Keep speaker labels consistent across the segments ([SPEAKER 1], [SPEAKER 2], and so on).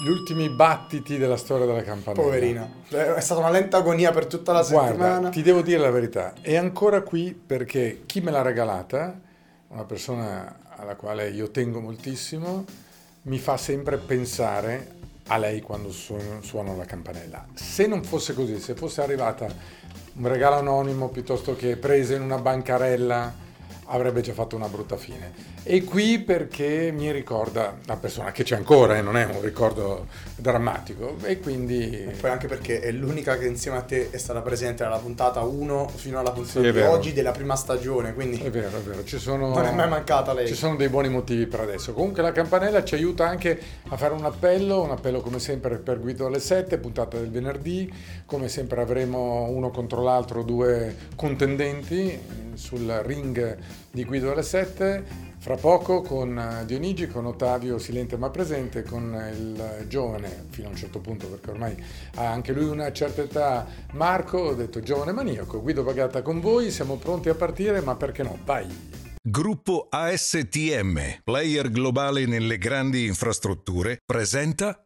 [SPEAKER 1] gli ultimi battiti della storia della campanella.
[SPEAKER 2] Poverina, è stata una lenta agonia per tutta la settimana.
[SPEAKER 1] Guarda, ti devo dire la verità, è ancora qui perché chi me l'ha regalata, una persona alla quale io tengo moltissimo, mi fa sempre pensare a lei quando suono la campanella. Se non fosse così, se fosse arrivata un regalo anonimo piuttosto che preso in una bancarella, avrebbe già fatto una brutta fine. E qui perché mi ricorda una persona che c'è ancora e non è un ricordo drammatico, e quindi...
[SPEAKER 2] E poi anche perché è l'unica che insieme a te è stata presente dalla puntata 1 fino alla puntata di
[SPEAKER 1] vero.
[SPEAKER 2] oggi della prima stagione, quindi
[SPEAKER 1] È vero,
[SPEAKER 2] non è mai mancata lei.
[SPEAKER 1] Ci sono dei buoni motivi per adesso. Comunque la campanella ci aiuta anche a fare un appello come sempre per Guido alle 7, puntata del venerdì. Come sempre avremo uno contro l'altro, due contendenti sul ring di Guido alle 7. Fra poco con Dionigi, con Ottavio silente ma presente, con il giovane, fino a un certo punto perché ormai ha anche lui una certa età, Marco, ho detto giovane maniaco. Guido Bagata con voi, siamo pronti a partire, ma perché no? Vai!
[SPEAKER 3] Gruppo ASTM, player globale nelle grandi infrastrutture, presenta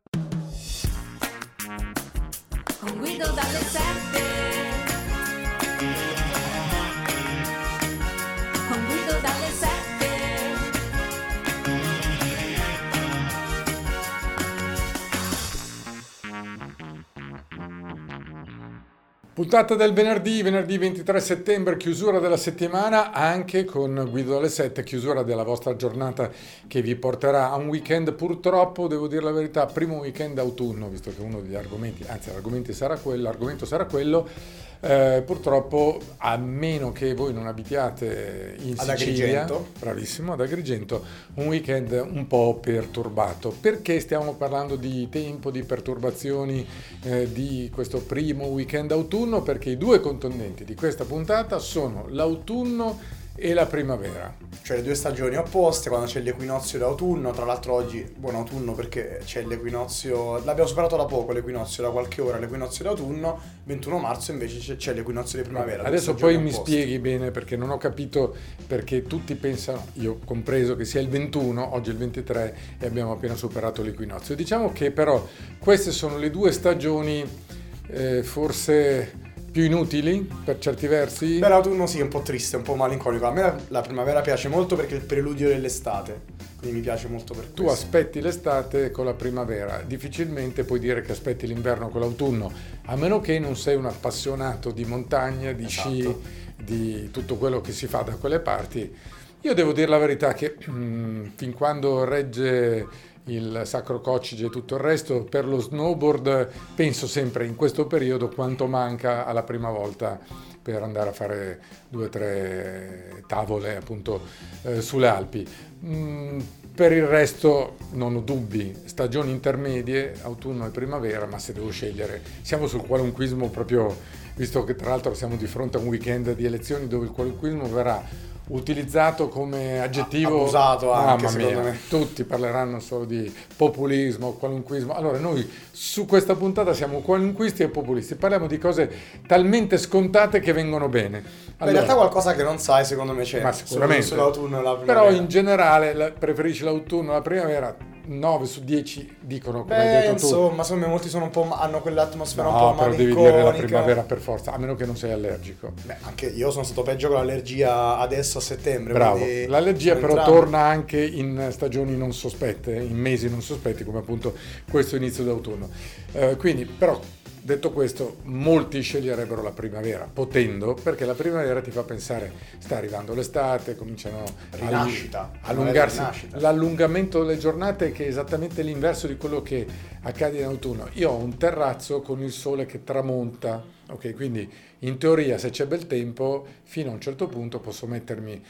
[SPEAKER 4] Con Guido dalle 7. Con Guido dalle 7.
[SPEAKER 1] Puntata del venerdì 23 settembre, chiusura della settimana anche con Guido alle 7, chiusura della vostra giornata che vi porterà a un weekend, purtroppo devo dire la verità, primo weekend d'autunno, visto che uno degli argomenti, anzi l'argomento sarà quello, purtroppo a meno che voi non abitiate in
[SPEAKER 2] Ad
[SPEAKER 1] Sicilia,
[SPEAKER 2] Agrigento.
[SPEAKER 1] bravissimo, ad Agrigento, un weekend un po' perturbato. Perché stiamo parlando di tempo, di perturbazioni di questo primo weekend autunno? Perché i due contendenti di questa puntata sono l'autunno e la primavera.
[SPEAKER 2] Cioè le due stagioni opposte, quando c'è l'equinozio d'autunno. Tra l'altro oggi buon autunno perché c'è l'equinozio, l'abbiamo superato da poco l'equinozio, da qualche ora l'equinozio d'autunno. 21 marzo invece c'è l'equinozio di primavera.
[SPEAKER 1] Adesso poi mi spieghi bene, perché non ho capito perché tutti pensano, io compreso, che sia il 21, oggi è il 23 e abbiamo appena superato l'equinozio. Diciamo che però queste sono le due stagioni forse più inutili per certi versi.
[SPEAKER 2] Beh, l'autunno sì, è un po' triste, un po' malinconico. A me la primavera piace molto perché è il preludio dell'estate, quindi mi piace molto per questo.
[SPEAKER 1] Tu aspetti l'estate con la primavera, difficilmente puoi dire che aspetti l'inverno con l'autunno, a meno che non sei un appassionato di montagna, di sci, di tutto quello che si fa da quelle parti. Io devo dire la verità che fin quando regge il Sacro Coccige e tutto il resto, per lo snowboard penso sempre in questo periodo quanto manca alla prima volta per andare a fare 2 o 3 tavole appunto sulle Alpi. Per il resto non ho dubbi, stagioni intermedie, autunno e primavera, ma se devo scegliere, siamo sul qualunquismo proprio, visto che tra l'altro siamo di fronte a un weekend di elezioni dove il qualunquismo verrà utilizzato come aggettivo
[SPEAKER 2] abusato anche,
[SPEAKER 1] mamma
[SPEAKER 2] secondo
[SPEAKER 1] mia,
[SPEAKER 2] me.
[SPEAKER 1] tutti parleranno solo di populismo, qualunquismo. Allora noi su questa puntata siamo qualunquisti e populisti, parliamo di cose talmente scontate che vengono bene.
[SPEAKER 2] In realtà qualcosa che non sai secondo me c'è,
[SPEAKER 1] ma sicuramente
[SPEAKER 2] sull'autunno e la primavera.
[SPEAKER 1] però in generale preferisci l'autunno o la primavera? 9 su 10 dicono come hai detto
[SPEAKER 2] insomma, secondo me molti sono un po' hanno quell'atmosfera un po'
[SPEAKER 1] no, però devi
[SPEAKER 2] malinconica.
[SPEAKER 1] dire la primavera per forza, a meno che non sei allergico.
[SPEAKER 2] Beh, anche io sono stato peggio con l'allergia adesso a settembre.
[SPEAKER 1] Bravo,
[SPEAKER 2] quindi
[SPEAKER 1] l'allergia
[SPEAKER 2] sono
[SPEAKER 1] però
[SPEAKER 2] entrambi.
[SPEAKER 1] torna anche in stagioni non sospette, in mesi non sospetti come appunto questo inizio d'autunno. Quindi però detto questo, molti sceglierebbero la primavera, potendo, perché la primavera ti fa pensare, sta arrivando l'estate, cominciano
[SPEAKER 2] Rinascita.
[SPEAKER 1] allungarsi,
[SPEAKER 2] Rinascita.
[SPEAKER 1] l'allungamento delle giornate che è esattamente l'inverso di quello che accade in autunno. Io ho un terrazzo con il sole che tramonta, ok, quindi in teoria se c'è bel tempo, fino a un certo punto posso mettermi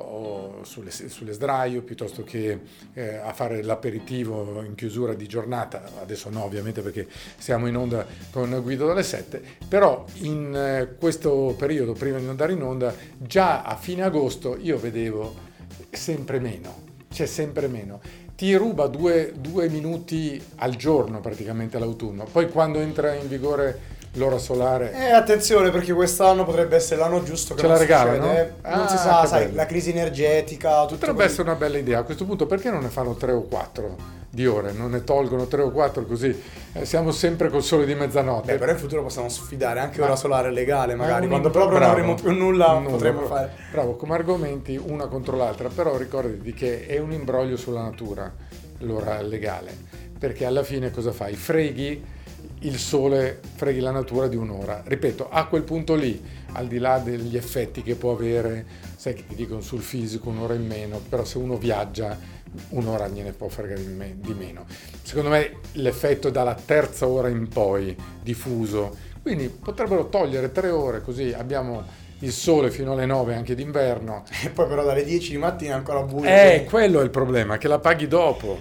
[SPEAKER 1] sulle sdraio piuttosto che a fare l'aperitivo in chiusura di giornata. Adesso no, ovviamente, perché siamo in onda con Guido dalle 7, però in questo periodo prima di andare in onda, già a fine agosto io vedevo sempre meno, c'è sempre meno. Ti ruba due minuti al giorno praticamente l'autunno, poi quando entra in vigore l'ora solare.
[SPEAKER 2] Attenzione, perché quest'anno potrebbe essere l'anno giusto che
[SPEAKER 1] Ce
[SPEAKER 2] non
[SPEAKER 1] la regalano?
[SPEAKER 2] succede. Non si sa,
[SPEAKER 1] che
[SPEAKER 2] sai,
[SPEAKER 1] bello.
[SPEAKER 2] la crisi energetica, tutto
[SPEAKER 1] Potrebbe essere una bella idea. A questo punto perché non ne fanno 3 o 4 di ore, non ne tolgono 3 o 4 così siamo sempre col sole di mezzanotte.
[SPEAKER 2] Beh, però in futuro possiamo sfidare anche ora solare legale, magari,
[SPEAKER 1] un
[SPEAKER 2] quando
[SPEAKER 1] impro-
[SPEAKER 2] proprio non
[SPEAKER 1] bravo,
[SPEAKER 2] avremo più nulla potremo
[SPEAKER 1] bravo,
[SPEAKER 2] fare.
[SPEAKER 1] Bravo, come argomenti una contro l'altra, però ricordati che è un imbroglio sulla natura l'ora legale, perché alla fine cosa fai? Freghi il sole, freghi la natura di un'ora. Ripeto, a quel punto lì, al di là degli effetti che può avere, sai che ti dicono sul fisico un'ora in meno, però se uno viaggia un'ora gliene può fregare di meno. Secondo me l'effetto è dalla terza ora in poi diffuso, quindi potrebbero togliere 3 ore, così abbiamo il sole fino alle 9 anche d'inverno.
[SPEAKER 2] E poi però dalle 10 di mattina è ancora buio.
[SPEAKER 1] Quello è il problema, che la paghi dopo.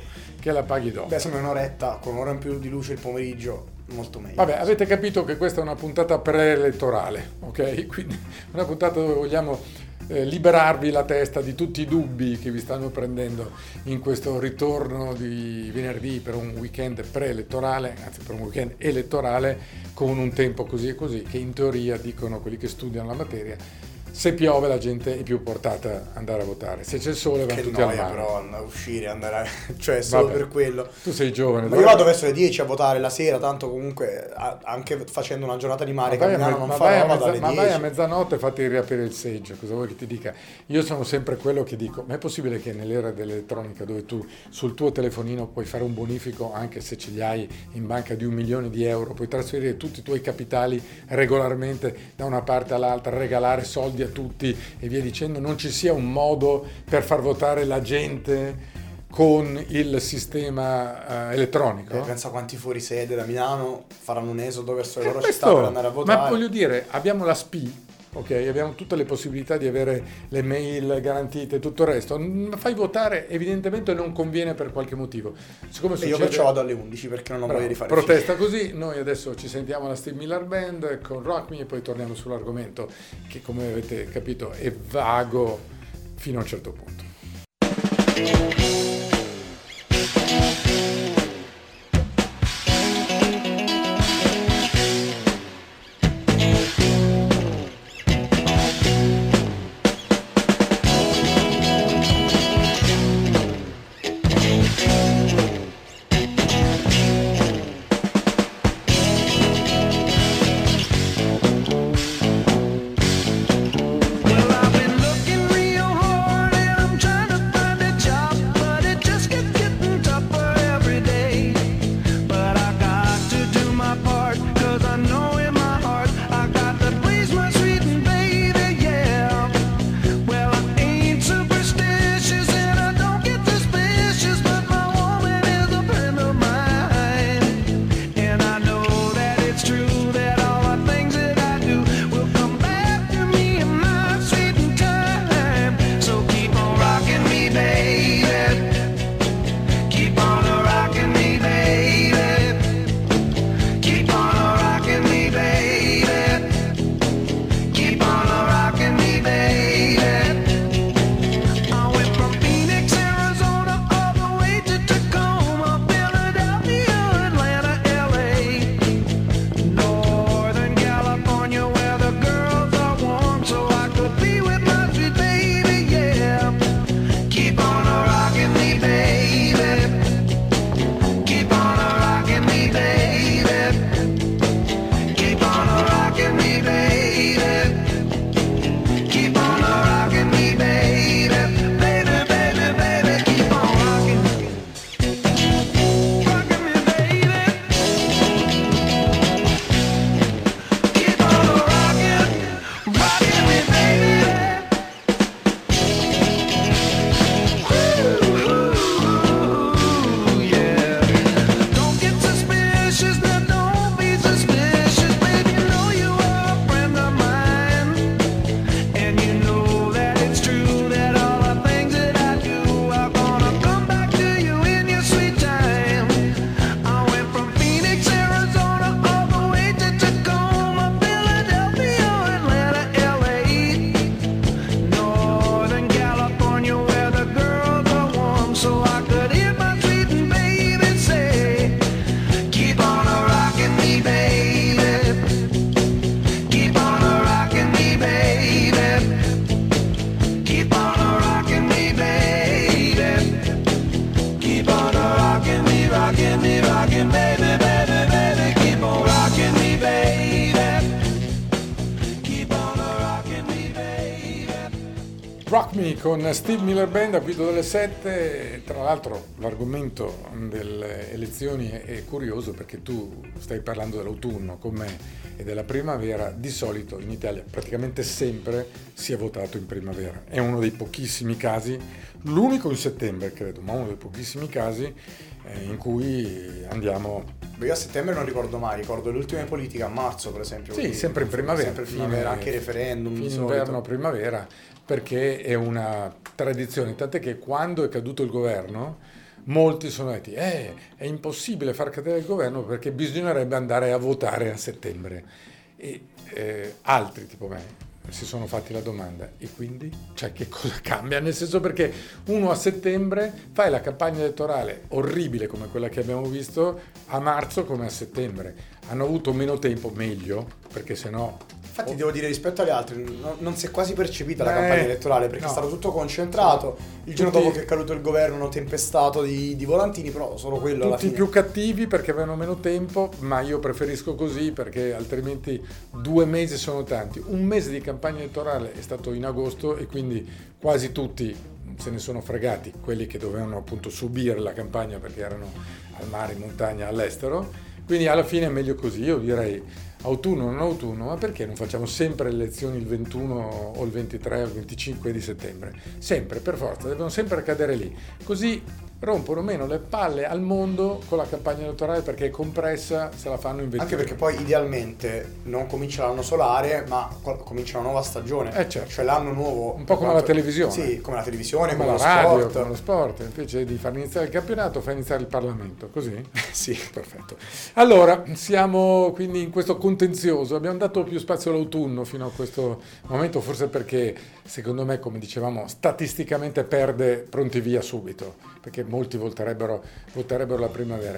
[SPEAKER 2] Beh, sembra un'oretta, con un'ora in più di luce il pomeriggio, molto meglio.
[SPEAKER 1] Vabbè, avete capito che questa è una puntata preelettorale, ok? Quindi una puntata dove vogliamo liberarvi la testa di tutti i dubbi che vi stanno prendendo in questo ritorno di venerdì per un weekend preelettorale, anzi per un weekend elettorale, con un tempo così e così, che in teoria dicono quelli che studiano la materia, se piove la gente è più portata ad andare a votare, se c'è il sole vanno
[SPEAKER 2] Che
[SPEAKER 1] tutti al
[SPEAKER 2] noia
[SPEAKER 1] mare.
[SPEAKER 2] però uscire, andare cioè solo
[SPEAKER 1] Vabbè,
[SPEAKER 2] per quello.
[SPEAKER 1] tu sei giovane.
[SPEAKER 2] Ma io vado verso le 10 a votare la sera, tanto comunque anche facendo una giornata di mare che a Milano non farò, vado alle 10.
[SPEAKER 1] Vai a mezzanotte e fatti riaprire il seggio, cosa vuoi che ti dica? Io sono sempre quello che dico, ma è possibile che nell'era dell'elettronica, dove tu sul tuo telefonino puoi fare un bonifico anche se ce li hai in banca di 1 milione di euro, puoi trasferire tutti i tuoi capitali regolarmente da una parte all'altra, regalare soldi a tutti e via dicendo, non ci sia un modo per far votare la gente con il sistema elettronico?
[SPEAKER 2] Pensa quanti fuori sede da Milano faranno un esodo verso le loro
[SPEAKER 1] Questo,
[SPEAKER 2] città per andare a votare.
[SPEAKER 1] ma voglio dire, abbiamo la SPI, ok, abbiamo tutte le possibilità di avere le mail garantite e tutto il resto. Fai votare, evidentemente non conviene per qualche motivo. Siccome
[SPEAKER 2] Io perciò vado alle 11 perché non ho voglia di fare
[SPEAKER 1] protesta così. Noi adesso ci sentiamo la Steve Miller Band con Rock Me e poi torniamo sull'argomento che, come avete capito, è vago fino a un certo punto.
[SPEAKER 5] Well, I've been looking real hard and I'm trying to find a job, but
[SPEAKER 1] Rock Me con Steve Miller Band a Guido delle 7. Tra l'altro l'argomento delle elezioni è curioso perché tu stai parlando dell'autunno con me e della primavera. Di solito in Italia praticamente sempre si è votato in primavera. È uno dei pochissimi casi, l'unico in settembre credo, ma uno dei pochissimi casi in cui andiamo...
[SPEAKER 2] Io a settembre non ricordo mai, ricordo le ultime politiche a marzo per esempio.
[SPEAKER 1] Sì, sempre in primavera.
[SPEAKER 2] Sempre in primavera, anche i referendum.
[SPEAKER 1] Fine inverno, primavera, perché è una tradizione, tant'è che quando è caduto il governo molti sono detti è impossibile far cadere il governo perché bisognerebbe andare a votare a settembre. E altri tipo me si sono fatti la domanda, e quindi? Cioè che cosa cambia? Nel senso, perché uno a settembre fai la campagna elettorale orribile come quella che abbiamo visto a marzo come a settembre. Hanno avuto meno tempo, meglio, perché sennò...
[SPEAKER 2] Infatti devo dire, rispetto agli altri non si è quasi percepita la campagna elettorale perché
[SPEAKER 1] no.
[SPEAKER 2] è stato tutto concentrato. Il giorno dopo che è caduto il governo hanno tempestato di volantini, però solo quello alla
[SPEAKER 1] Tutti
[SPEAKER 2] fine.
[SPEAKER 1] più cattivi perché avevano meno tempo, ma io preferisco così perché altrimenti 2 mesi sono tanti. Un mese di campagna elettorale è stato in agosto e quindi quasi tutti se ne sono fregati, quelli che dovevano appunto subire la campagna perché erano al mare, in montagna, all'estero. Quindi alla fine è meglio così, io direi autunno o non autunno, ma perché non facciamo sempre le elezioni il 21 o il 23 o il 25 di settembre? Sempre, per forza, devono sempre accadere lì. Così rompono meno le palle al mondo con la campagna elettorale perché è compressa, se la fanno in 20
[SPEAKER 2] Anche perché poi idealmente non comincia l'anno solare, ma comincia una nuova stagione.
[SPEAKER 1] Certo.
[SPEAKER 2] Cioè l'anno nuovo.
[SPEAKER 1] Un po' come la televisione.
[SPEAKER 2] Sì, come la televisione, come
[SPEAKER 1] la
[SPEAKER 2] lo
[SPEAKER 1] radio,
[SPEAKER 2] sport.
[SPEAKER 1] come lo sport. Invece di far iniziare il campionato, fai iniziare il Parlamento. Così?
[SPEAKER 2] Sì.
[SPEAKER 1] Perfetto. Allora, siamo quindi in questo contenzioso. Abbiamo dato più spazio all'autunno fino a questo momento, forse perché, secondo me, come dicevamo, statisticamente perde pronti via subito, perché molti voterebbero la primavera.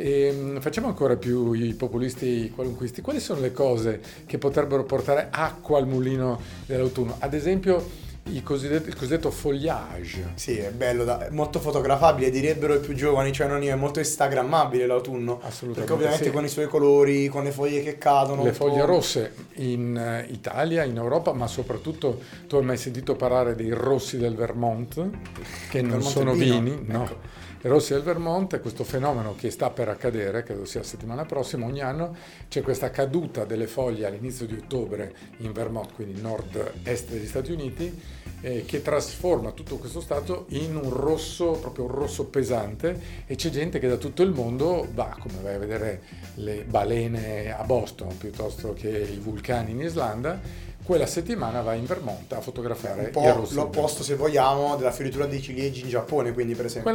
[SPEAKER 1] E facciamo ancora più i populisti, i qualunquisti. Quali sono le cose che potrebbero portare acqua al mulino dell'autunno? Ad esempio il cosiddetto foliage.
[SPEAKER 2] Sì, è bello, molto fotografabile, direbbero i più giovani, cioè non io, è molto instagrammabile l'autunno.
[SPEAKER 1] Assolutamente.
[SPEAKER 2] Perché ovviamente
[SPEAKER 1] sì.
[SPEAKER 2] con i suoi colori, con le foglie che cadono.
[SPEAKER 1] Le foglie rosse in Italia, in Europa, ma soprattutto tu hai mai sentito parlare dei rossi del Vermont, che non
[SPEAKER 2] Vermont
[SPEAKER 1] sono
[SPEAKER 2] è vino?
[SPEAKER 1] vini, no.
[SPEAKER 2] Ecco.
[SPEAKER 1] I rossi del Vermont è questo fenomeno che sta per accadere, credo sia la settimana prossima, ogni anno c'è questa caduta delle foglie all'inizio di ottobre in Vermont, quindi nord-est degli Stati Uniti, che trasforma tutto questo stato in un rosso, proprio un rosso pesante, e c'è gente che da tutto il mondo va, come vai a vedere le balene a Boston piuttosto che i vulcani in Islanda, quella settimana va in Vermont a fotografare
[SPEAKER 2] un po'
[SPEAKER 1] i rossi.
[SPEAKER 2] l'opposto, se vogliamo, della fioritura dei ciliegi in Giappone, quindi per esempio.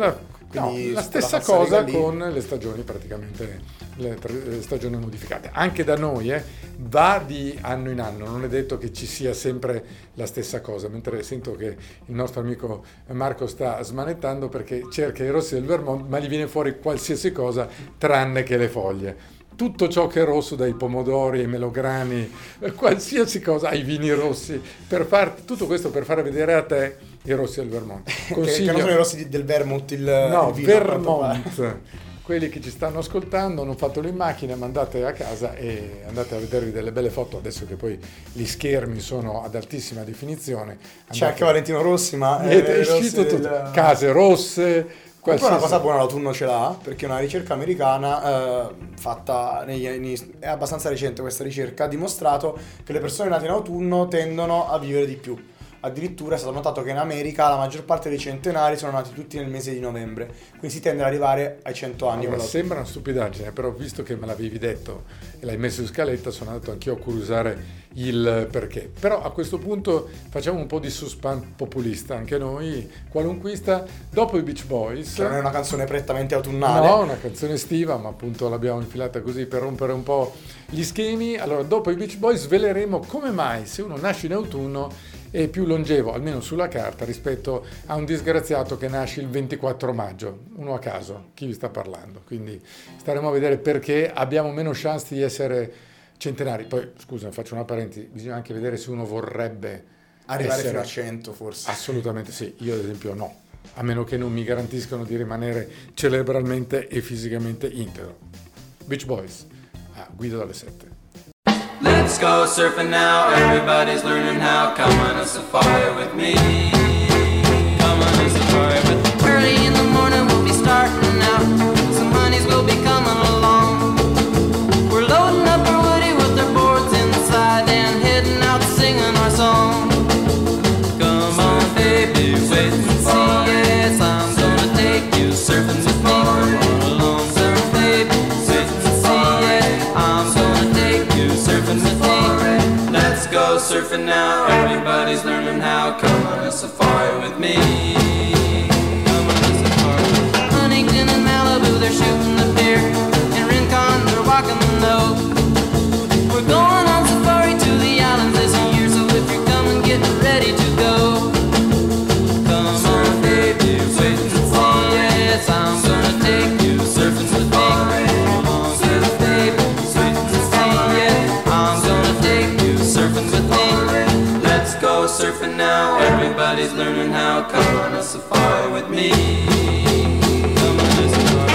[SPEAKER 1] La stessa cosa con le stagioni praticamente, le stagioni modificate. Anche da noi va di anno in anno, non è detto che ci sia sempre la stessa cosa, mentre sento che il nostro amico Marco sta smanettando perché cerca i rossi del Vermont, ma gli viene fuori qualsiasi cosa tranne che le foglie. Tutto ciò che è rosso, dai pomodori ai melograni, qualsiasi cosa, ai vini rossi, tutto questo per fare vedere a te i rossi del Vermont.
[SPEAKER 2] Che non sono i rossi del Vermont, il vino.
[SPEAKER 1] Vermont. Quelli che ci stanno ascoltando, non fatelo in macchina, ma andate a casa e andate a vedervi delle belle foto, adesso che poi gli schermi sono ad altissima definizione.
[SPEAKER 2] C'è anche Valentino Rossi, ma
[SPEAKER 1] è uscito tutto. Case rosse.
[SPEAKER 2] Poi una cosa buona l'autunno ce l'ha, perché una ricerca americana fatta negli anni, è abbastanza recente questa ricerca, ha dimostrato che le persone nate in autunno tendono a vivere di più. Addirittura è stato notato che in America la maggior parte dei centenari sono nati tutti nel mese di novembre, quindi si tende ad arrivare ai 100 anni.
[SPEAKER 1] Allora, sembra una stupidaggine, però visto che me l'avevi detto e l'hai messo in scaletta, sono andato anch'io a curiosare il perché. Però a questo punto facciamo un po' di suspense populista, anche noi, qualunquista, dopo i Beach Boys.
[SPEAKER 2] Che non è una canzone prettamente autunnale.
[SPEAKER 1] No, una canzone estiva, ma appunto l'abbiamo infilata così per rompere un po' gli schemi. Allora, dopo i Beach Boys sveleremo come mai se uno nasce in autunno è più longevo, almeno sulla carta, rispetto a un disgraziato che nasce il 24 maggio, uno a caso, chi vi sta parlando. Quindi staremo a vedere perché abbiamo meno chance di essere centenari. Poi, scusa, faccio una parentesi, bisogna anche vedere se uno vorrebbe
[SPEAKER 2] arrivare
[SPEAKER 1] essere...
[SPEAKER 2] fino a 100 forse.
[SPEAKER 1] Assolutamente sì, io ad esempio no, a meno che non mi garantiscano di rimanere cerebralmente e fisicamente integro. Beach Boys, a Guido dalle 7.
[SPEAKER 5] Let's Let's go surfing now, everybody's learning how. Come on a safari with me. Come on a safari with me. Early in the morning we'll be starting out. Some honeys will be coming along. We're loading up our woody with our boards inside and heading out singing our song. Come on baby, wait and see. Yes, I'm gonna take you surfing with me. Come along surf baby, wait and see. Yeah, I'm gonna take you surfing with me. Let's go surfing now, everybody's learning how. Come on a safari with me. Come on a safari. Huntington and Malibu, they're shooting the pier. In Rincon, they're walking the nose. We're going on safari to the islands this year, so if you're coming, get ready to go. Come on baby, wait and see. Yes, I'm gonna take you surfing with me. Come on baby, wait and see. Yeah, I'm gonna take you surfing with me. Let's go surfing now, everybody's learning how. Come on a safari with me. Come on a safari.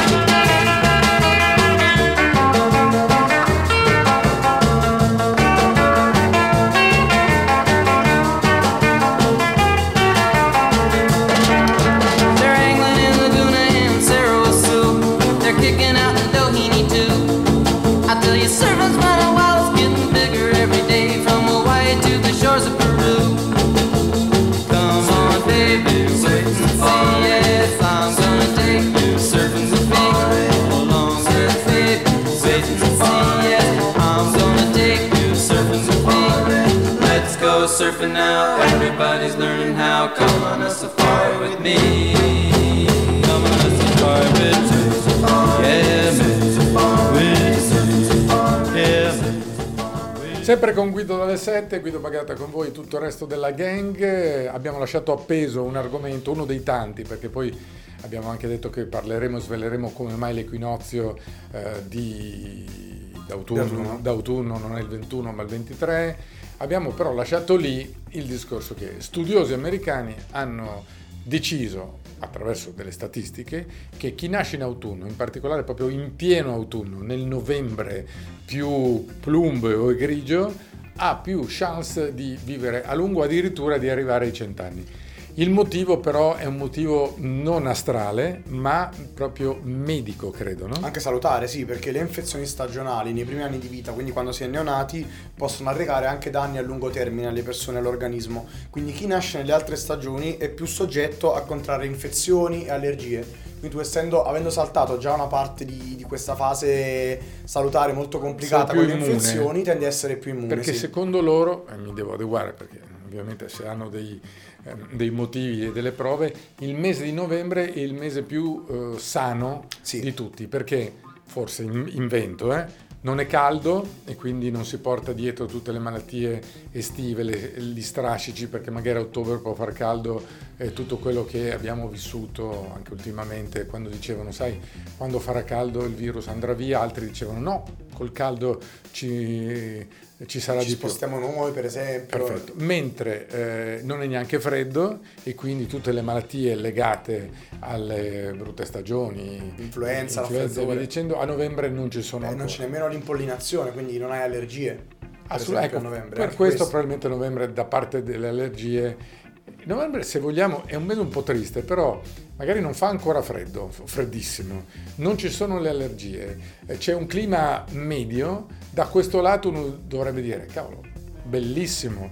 [SPEAKER 5] They're angling in Laguna and Sarasoo. They're kicking out in Doheny too. I tell you, surfing's running wild, it's getting bigger every day, from Hawaii to the shores of Peru. Come on, baby, wait and see. Yes, I'm gonna take you surfing with me. Come along, yes, baby, wait and see. Yes, I'm gonna take you surfing with me. Let's go surfing now, everybody's learning how. Come on a safari with me. Come on a safari with me. Yeah, me. Yeah, me.
[SPEAKER 1] Sempre con Guido dalle 7, Guido Bagata con voi, tutto il resto della gang. Abbiamo lasciato appeso un argomento, uno dei tanti, perché poi abbiamo anche detto che sveleremo come mai l'equinozio d'autunno non è il 21 ma il 23. Abbiamo però lasciato lì il discorso che studiosi americani hanno deciso, attraverso delle statistiche, che chi nasce in autunno, in particolare proprio in pieno autunno, nel novembre più plumbeo e grigio, ha più chance di vivere a lungo, addirittura di arrivare ai 100 anni. Il motivo però è un motivo non astrale, ma proprio medico, credo, no?
[SPEAKER 2] Anche salutare, sì, perché le infezioni stagionali nei primi anni di vita, quindi quando si è neonati, possono arrecare anche danni a lungo termine alle persone e all'organismo. Quindi chi nasce nelle altre stagioni è più soggetto a contrarre infezioni e allergie. Quindi tu, avendo saltato già una parte di questa fase salutare molto complicata con le infezioni, tendi a essere più immune.
[SPEAKER 1] Perché
[SPEAKER 2] sì.
[SPEAKER 1] Secondo loro, mi devo adeguare perché ovviamente se hanno dei motivi e delle prove, il mese di novembre è il mese più sano di tutti, perché forse invento, non è caldo e quindi non si porta dietro tutte le malattie estive, gli strascici, perché magari a ottobre può far caldo, tutto quello che abbiamo vissuto anche ultimamente, quando dicevano sai quando farà caldo il virus andrà via, altri dicevano no, col caldo ci sarà di più. Ci
[SPEAKER 2] spostiamo noi per esempio.
[SPEAKER 1] Perfetto. Mentre non è neanche freddo e quindi tutte le malattie legate alle brutte stagioni,
[SPEAKER 2] influenza
[SPEAKER 1] e via dicendo, a novembre non ci sono
[SPEAKER 2] non c'è nemmeno l'impollinazione, quindi non hai allergie.
[SPEAKER 1] Assolutamente. Ecco, novembre, per questo probabilmente novembre, da parte delle allergie, novembre, se vogliamo, è un mese un po' triste, però magari non fa ancora freddo, freddissimo, non ci sono le allergie, c'è un clima medio. Da questo lato uno dovrebbe dire, cavolo, bellissimo,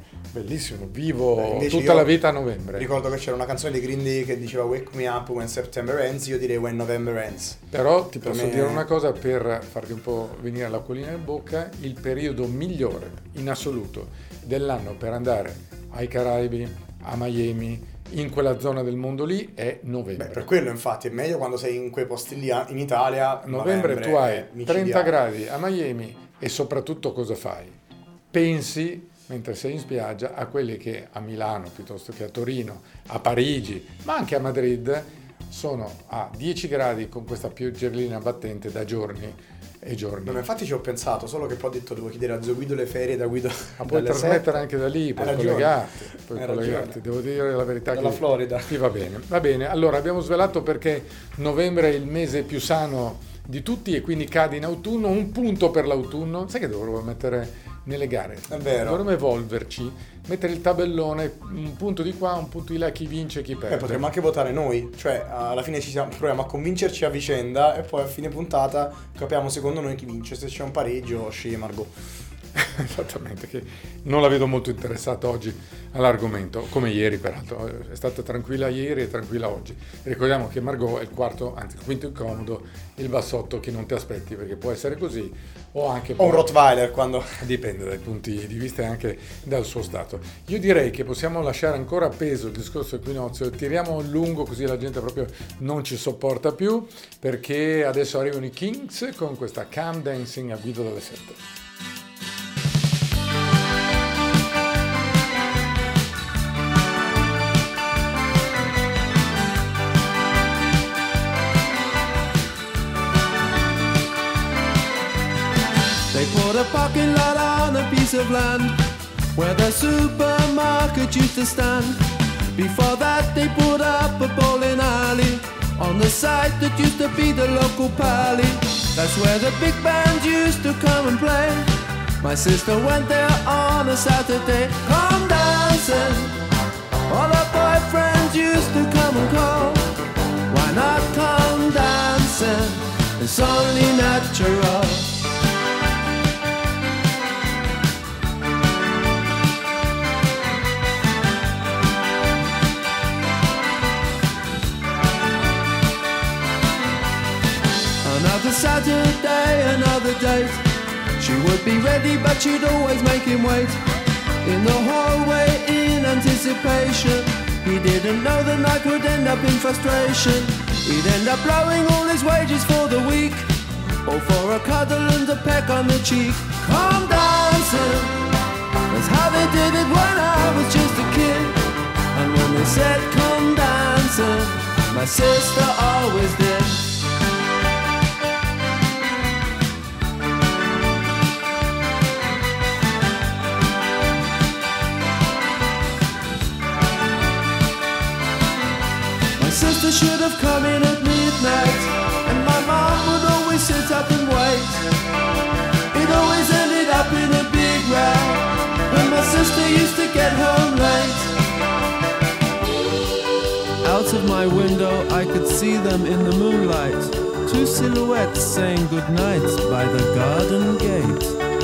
[SPEAKER 1] vivo tutta la vita a novembre.
[SPEAKER 2] Ricordo che c'era una canzone di Green Day che diceva Wake me up when September ends, io direi when November ends.
[SPEAKER 1] Però ti posso dire una cosa per farti un po' venire l'acquolina in bocca: il periodo migliore in assoluto dell'anno per andare ai Caraibi, a Miami, in quella zona del mondo lì è novembre.
[SPEAKER 2] Per quello infatti è meglio quando sei in quei posti lì in Italia.
[SPEAKER 1] Novembre tu hai 30 gradi a Miami e soprattutto cosa fai? Pensi, mentre sei in spiaggia, a quelli che a Milano piuttosto che a Torino, a Parigi, ma anche a Madrid sono a 10 gradi con questa pioggerellina battente da giorni e giorni.
[SPEAKER 2] No, infatti ci ho pensato, solo che poi ho detto devo chiedere a Zio Guido le ferie da Guido.
[SPEAKER 1] Ma puoi trasmettere anche da lì, puoi collegarti. Devo dire la verità,
[SPEAKER 2] dalla Florida.
[SPEAKER 1] Sì, va bene. Allora abbiamo svelato perché novembre è il mese più sano di tutti e quindi cade in autunno. Un punto per l'autunno. Sai che dovremmo mettere nelle gare.
[SPEAKER 2] È vero.
[SPEAKER 1] Dovremmo evolverci, mettere il tabellone, un punto di qua, un punto di là, chi vince, chi perde.
[SPEAKER 2] Potremmo anche votare noi, cioè alla fine proviamo a convincerci a vicenda e poi a fine puntata capiamo secondo noi chi vince. Se c'è un pareggio sceglie Margot.
[SPEAKER 1] Esattamente, che non la vedo molto interessata oggi all'argomento, come ieri peraltro, è stata tranquilla ieri e tranquilla oggi. Ricordiamo che Margot è il quarto, anzi il quinto incomodo, il bassotto che non ti aspetti, perché può essere così o anche...
[SPEAKER 2] O un Rottweiler quando...
[SPEAKER 1] Dipende dai punti di vista e anche dal suo stato. Io direi che possiamo lasciare ancora appeso il discorso equinozio, tiriamo lungo così la gente proprio non ci sopporta più, perché adesso arrivano i Kings con questa Calm Dancing a Guido dalle 7.
[SPEAKER 6] They put a parking lot on a piece of land where the supermarket used to stand. Before that they put up a bowling alley on the site that used to be the local pally. That's where the big band used to come and play. My sister went there on a Saturday. Come dancing, all her boyfriends used to come and call. Why not come dancing? It's only natural. Another Saturday, another date. She would be ready, but she'd always make him wait in the hallway in anticipation. He didn't know the night would end up in frustration. He'd end up blowing all his wages for the week, all for a cuddle and a peck on the cheek. Come dancing, that's how they did it when I was just a kid. And when they said come dancing, my sister always did. Sister should have come in at midnight, and my mom would always sit up and wait. It always ended up in a big row, and my sister used to get home late. Out of my window I could see them in the moonlight, two silhouettes saying goodnight by the garden gate.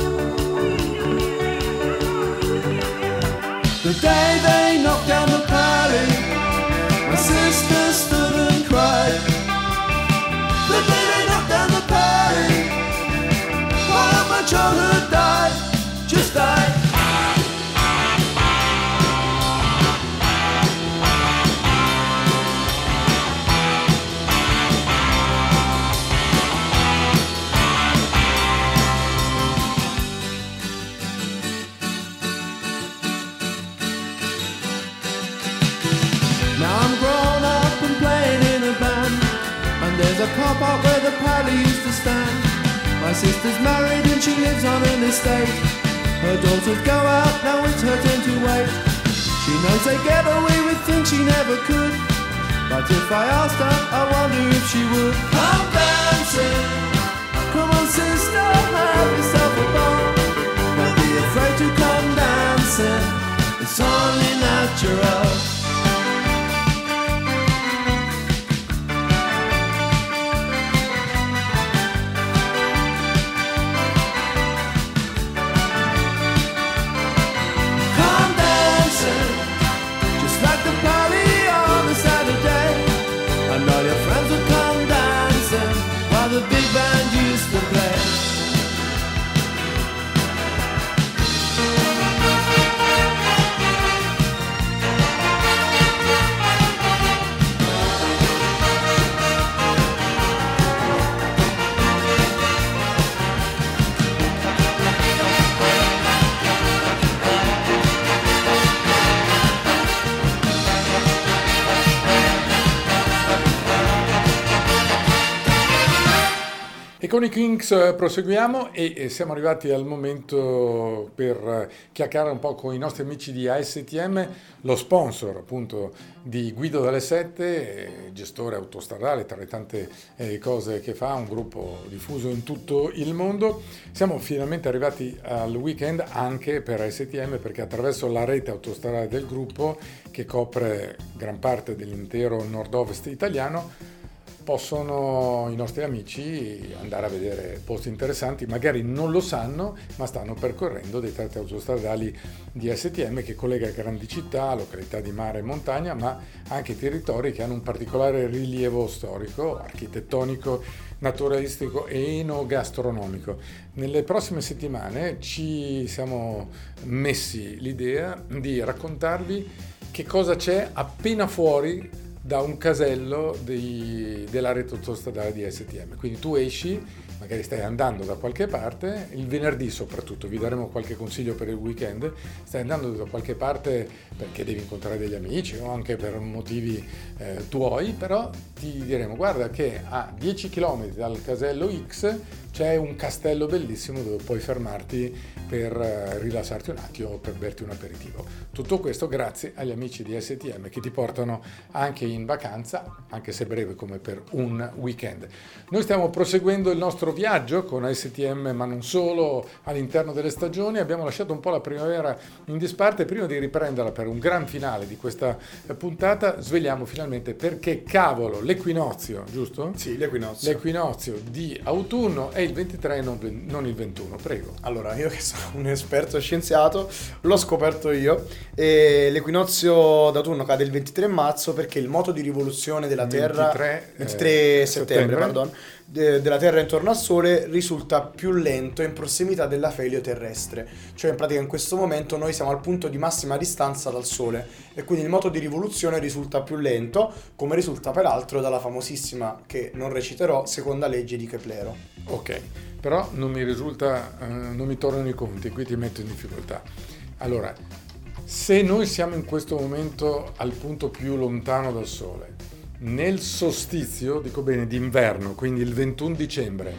[SPEAKER 6] The day they knocked down the pally, my sister stood and cried. The day they knocked down the party, while my childhood died, just died. Now I'm grown up and playing in a band, and there's a car park where the pally used to stand. My sister's married and she lives on an estate. Her daughters go out, now it's her turn to wait. She knows they get away with things she never could, but if I asked her, I wonder if she would. Come dancing, come on sister, have yourself a ball. Don't be afraid to come dancing, it's only natural. The big band used to play.
[SPEAKER 1] E con i Kings proseguiamo e siamo arrivati al momento per chiacchierare un po' con i nostri amici di ASTM, lo sponsor appunto di Guido dalle 7, gestore autostradale tra le tante cose che fa, un gruppo diffuso in tutto il mondo. Siamo finalmente arrivati al weekend anche per ASTM, perché attraverso la rete autostradale del gruppo, che copre gran parte dell'intero nord-ovest italiano, possono i nostri amici andare a vedere posti interessanti, magari non lo sanno, ma stanno percorrendo dei tratti autostradali di ASTM che collega grandi città, località di mare e montagna, ma anche territori che hanno un particolare rilievo storico, architettonico, naturalistico e enogastronomico. Nelle prossime settimane ci siamo messi l'idea di raccontarvi che cosa c'è appena fuori da un casello della rete autostradale di ASTM. Quindi tu esci, magari stai andando da qualche parte, il venerdì soprattutto, vi daremo qualche consiglio per il weekend, stai andando da qualche parte perché devi incontrare degli amici o anche per motivi tuoi, però ti diremo guarda che a 10 km dal casello X c'è un castello bellissimo dove puoi fermarti per rilassarti un attimo o per berti un aperitivo. Tutto questo grazie agli amici di ASTM che ti portano anche in vacanza, anche se breve come per un weekend. Noi stiamo proseguendo il nostro viaggio con ASTM, ma non solo, all'interno delle stagioni. Abbiamo lasciato un po' la primavera in disparte. Prima di riprenderla per un gran finale di questa puntata, sveliamo finalmente perché cavolo l'equinozio, giusto?
[SPEAKER 2] Sì, l'equinozio.
[SPEAKER 1] L'equinozio di autunno è il 23 non il 21, prego.
[SPEAKER 2] Allora, io che sono un esperto scienziato, l'ho scoperto io, e l'equinozio d'autunno cade il 23 marzo perché il moto di rivoluzione della Terra, 23 settembre, pardon, della Terra intorno al Sole risulta più lento in prossimità dell'afelio terrestre, cioè in pratica in questo momento noi siamo al punto di massima distanza dal Sole e quindi il moto di rivoluzione risulta più lento, come risulta peraltro dalla famosissima, che non reciterò, seconda legge di Keplero.
[SPEAKER 1] Ok, però non mi risulta, non mi tornano i conti, qui ti metto in difficoltà. Allora, se noi siamo in questo momento al punto più lontano dal Sole, nel solstizio, dico bene, d'inverno, quindi il 21 dicembre,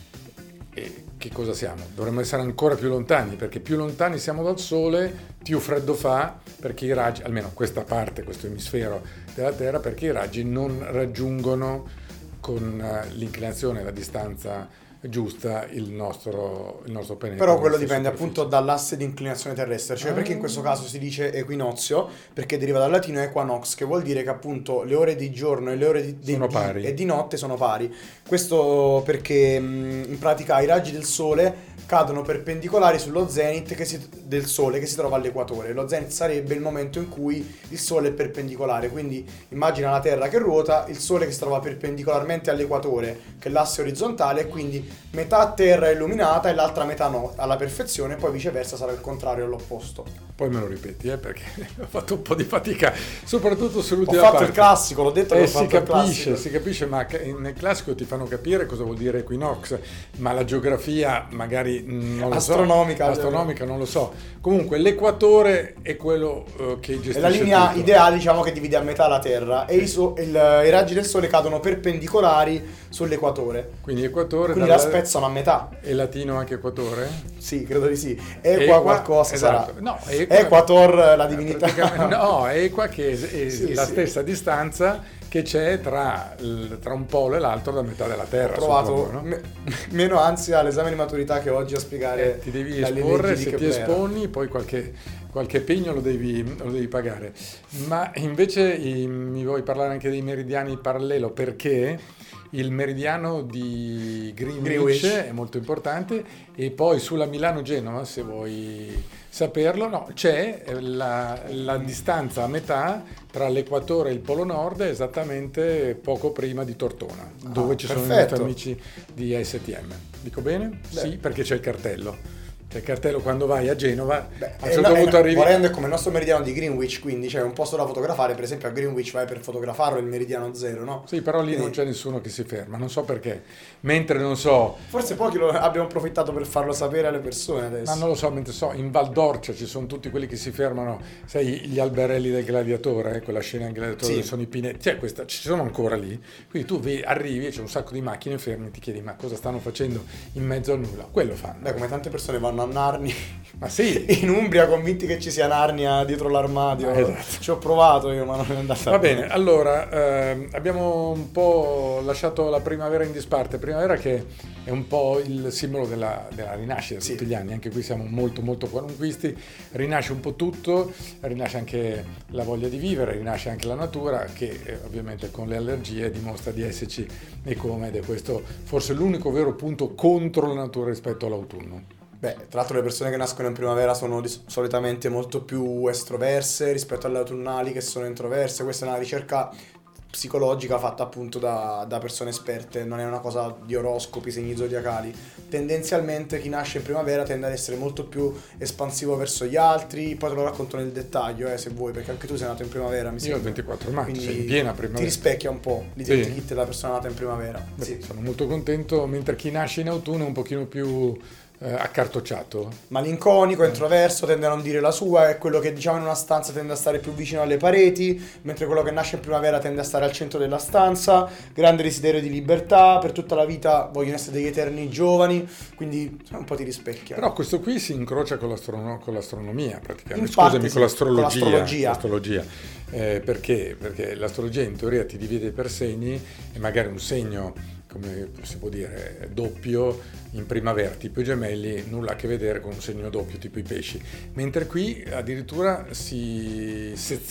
[SPEAKER 1] e che cosa siamo? Dovremmo essere ancora più lontani, perché più lontani siamo dal Sole, più freddo fa, perché i raggi, almeno questa parte, questo emisfero della Terra, perché i raggi non raggiungono con l'inclinazione e la distanza giusta il nostro pianeta.
[SPEAKER 2] Però quello dipende appunto dall'asse di inclinazione terrestre, cioè perché in questo caso si dice equinozio, perché deriva dal latino equanox, che vuol dire che appunto le ore di giorno e le ore di notte sono pari. Questo perché in pratica i raggi del Sole cadono perpendicolari sullo zenith del Sole che si trova all'equatore. Lo zenith sarebbe il momento in cui il Sole è perpendicolare, quindi immagina la Terra che ruota, il Sole che si trova perpendicolarmente all'equatore, che è l'asse orizzontale, e quindi metà Terra è illuminata e l'altra metà no, alla perfezione, poi viceversa sarà il contrario, all'opposto.
[SPEAKER 1] Poi me lo ripeti, perché ho fatto un po' di fatica, soprattutto sull'ultima
[SPEAKER 2] parte. Ho fatto
[SPEAKER 1] parte.
[SPEAKER 2] Il classico, l'ho detto che ho fatto il classico.
[SPEAKER 1] Si capisce, ma nel classico ti fanno capire cosa vuol dire equinox, ma la geografia magari non lo astronomica non lo so. Comunque l'equatore è quello che gestisce
[SPEAKER 2] è la linea
[SPEAKER 1] tutto.
[SPEAKER 2] ideale, diciamo, che divide a metà la Terra e i raggi del Sole cadono perpendicolari sull'equatore.
[SPEAKER 1] Quindi equatore,
[SPEAKER 2] quindi la spezzano a metà.
[SPEAKER 1] È latino anche equatore?
[SPEAKER 2] Sì, credo di sì. Equa qualcosa,
[SPEAKER 1] esatto.
[SPEAKER 2] sarà.
[SPEAKER 1] No,
[SPEAKER 2] Equator, la divinità.
[SPEAKER 1] No, Equa che è la stessa distanza che c'è tra un polo e l'altro da metà della Terra.
[SPEAKER 2] Ho trovato
[SPEAKER 1] suppongo, no?
[SPEAKER 2] meno ansia all'esame di maturità che oggi a spiegare.
[SPEAKER 1] Ti devi esporre, se ti esponi poi qualche pegno lo devi pagare. Ma invece mi vuoi parlare anche dei meridiani parallelo, perché il meridiano di Greenwich è molto importante, e poi sulla Milano-Genova, se vuoi saperlo, c'è la distanza a metà tra l'equatore e il polo nord, esattamente poco prima di Tortona, dove ci sono i nostri amici di ASTM. Dico bene? Beh. Sì, perché c'è il cartello. Cioè il cartello quando vai a Genova, a un
[SPEAKER 2] E
[SPEAKER 1] certo punto arrivi...
[SPEAKER 2] volendo è come il nostro meridiano di Greenwich, quindi c'è un posto da fotografare, per esempio a Greenwich vai per fotografarlo il meridiano zero, no?
[SPEAKER 1] Sì, però lì non c'è nessuno che si ferma, non so perché. Mentre, non so...
[SPEAKER 2] Forse pochi abbiamo approfittato per farlo sapere alle persone adesso.
[SPEAKER 1] Ma non lo so, mentre in Val d'Orcia ci sono tutti quelli che si fermano, sai, gli alberelli del gladiatore, quella scena del gladiatore dove sono i pinetti, ci sono ancora lì. Quindi tu arrivi e c'è un sacco di macchine ferme e ti chiedi ma cosa stanno facendo in mezzo a nulla. Quello fanno.
[SPEAKER 2] Beh, come tante persone vanno a Narni
[SPEAKER 1] Ma sì.
[SPEAKER 2] in Umbria convinti che ci sia Narnia dietro l'armadio.
[SPEAKER 1] Esatto.
[SPEAKER 2] Ci ho provato io, ma non è andata.
[SPEAKER 1] Va bene, allora abbiamo un po' lasciato la primavera in disparte, primavera che è un po' il simbolo della rinascita
[SPEAKER 2] Sì.
[SPEAKER 1] tutti gli anni, anche qui siamo molto molto qualunquisti, rinasce un po' tutto, rinasce anche la voglia di vivere, rinasce anche la natura che ovviamente con le allergie dimostra di esserci e come, ed è questo forse l'unico vero punto contro la natura rispetto all'autunno.
[SPEAKER 2] Beh, tra l'altro le persone che nascono in primavera sono solitamente molto più estroverse rispetto alle autunnali che sono introverse. Questa è una ricerca psicologica fatta appunto da persone esperte, non è una cosa di oroscopi, segni zodiacali. Tendenzialmente chi nasce in primavera tende ad essere molto più espansivo verso gli altri, poi te lo racconto nel dettaglio se vuoi, perché anche tu sei nato in primavera, mi
[SPEAKER 1] Io
[SPEAKER 2] sembra.
[SPEAKER 1] il 24 maggio,
[SPEAKER 2] Quindi
[SPEAKER 1] sei in piena primavera.
[SPEAKER 2] ti rispecchia un po'
[SPEAKER 1] Sì.
[SPEAKER 2] l'identikit della persona nata in primavera.
[SPEAKER 1] Beh,
[SPEAKER 2] Sì.
[SPEAKER 1] sono molto contento, mentre chi nasce in autunno è un pochino più accartocciato.
[SPEAKER 2] Malinconico, introverso, tende a non dire la sua, è quello che diciamo in una stanza tende a stare più vicino alle pareti, mentre quello che nasce in primavera tende a stare al centro della stanza, grande desiderio di libertà, per tutta la vita vogliono essere degli eterni giovani, quindi un po' ti rispecchia.
[SPEAKER 1] Però questo qui si incrocia con l'astronomia praticamente,
[SPEAKER 2] Infatti,
[SPEAKER 1] scusami,
[SPEAKER 2] sì,
[SPEAKER 1] con l'astrologia.
[SPEAKER 2] con l'astrologia.
[SPEAKER 1] Perché? Perché l'astrologia in teoria ti divide per segni e magari un segno, come si può dire, doppio in primavera, tipo i gemelli, nulla a che vedere con un segno doppio tipo i pesci, mentre qui addirittura si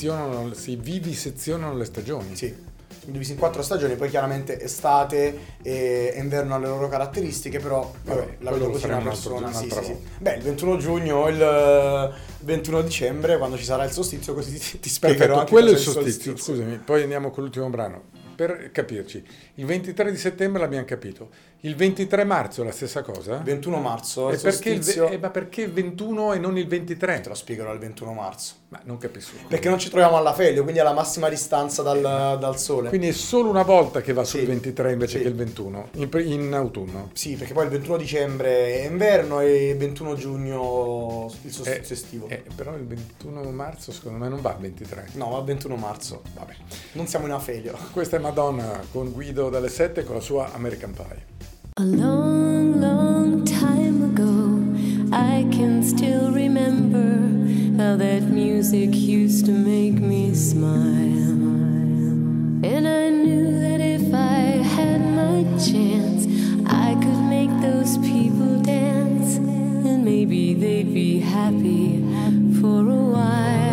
[SPEAKER 1] vivisezionano le stagioni.
[SPEAKER 2] Sì, divisi in 4 stagioni, poi chiaramente estate e inverno hanno le loro caratteristiche, però vabbè, la vedo così una persona. Sì. Beh, il 21 giugno o il 21 dicembre, quando ci sarà il solstizio, così ti spiegherò
[SPEAKER 1] Perfetto,
[SPEAKER 2] anche
[SPEAKER 1] quello è il
[SPEAKER 2] cos'è
[SPEAKER 1] solstizio. Scusami, poi andiamo con l'ultimo brano. Per capirci, il 23 di settembre l'abbiamo capito, il 23 marzo è la stessa cosa?
[SPEAKER 2] Il 21 marzo, il
[SPEAKER 1] perché
[SPEAKER 2] solstizio.
[SPEAKER 1] ma perché il 21 e non il 23?
[SPEAKER 2] Te lo spiegherò il 21 marzo.
[SPEAKER 1] Ma non capisco.
[SPEAKER 2] Perché non ci troviamo all'afelio, quindi alla massima distanza dal sole.
[SPEAKER 1] Quindi è solo una volta che va sul
[SPEAKER 2] Sì.
[SPEAKER 1] 23 invece
[SPEAKER 2] Sì.
[SPEAKER 1] che il 21, in autunno.
[SPEAKER 2] Sì, perché poi il 21 dicembre è inverno e il 21 giugno il solstizio estivo.
[SPEAKER 1] Però il 21 marzo secondo me non va il 23.
[SPEAKER 2] No, va il 21 marzo.
[SPEAKER 1] Vabbè.
[SPEAKER 2] Non siamo in afelio.
[SPEAKER 1] Questa è Madonna con Guido dalle 7 con la sua American Pie.
[SPEAKER 4] A long, long time ago, I can still remember how that music used to make me smile. And I knew that if I had my chance, I could make those people dance. And maybe they'd be happy for a while.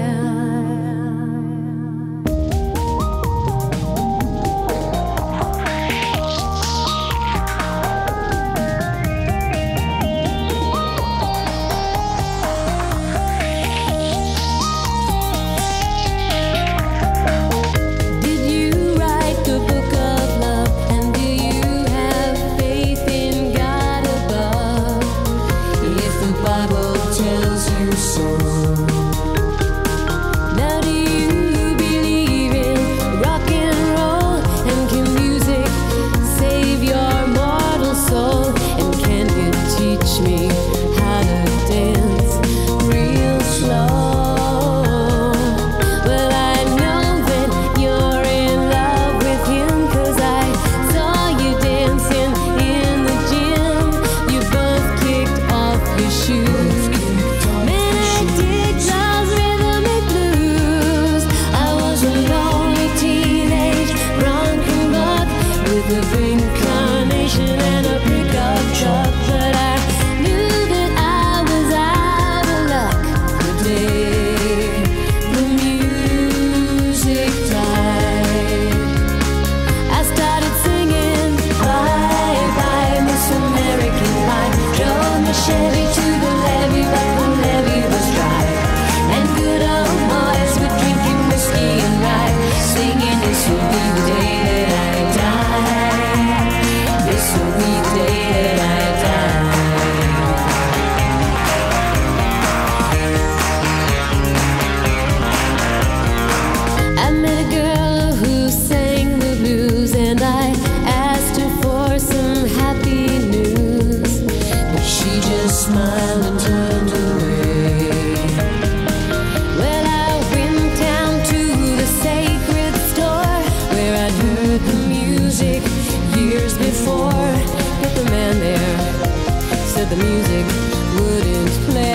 [SPEAKER 4] smile and turned away. Well, I went down to the sacred store where I'd heard the music years before, but the man there said the music wouldn't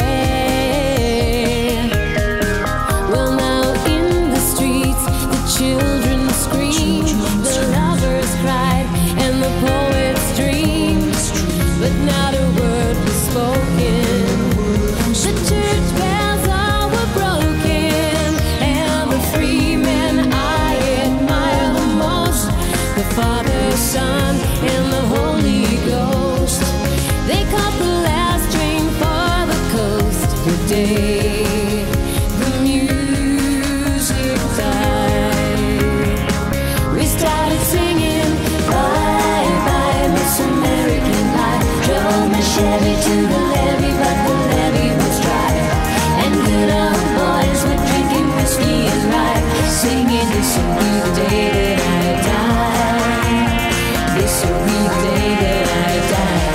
[SPEAKER 4] play. Well, now in the streets the children screamed, the lovers cried, and the poets dreamed, but not a word was spoken. The church bells all were broken, and the free men I admire the most, the Father, Son, and the Holy Ghost. They caught the last train for the coast. Today the music died. We started singing bye bye Miss American Pie. Drove my Chevy to the levee, but the levee was dry, and good old boys were drinking whiskey and rye, singing this will be the day that I die. This will be the day that I die.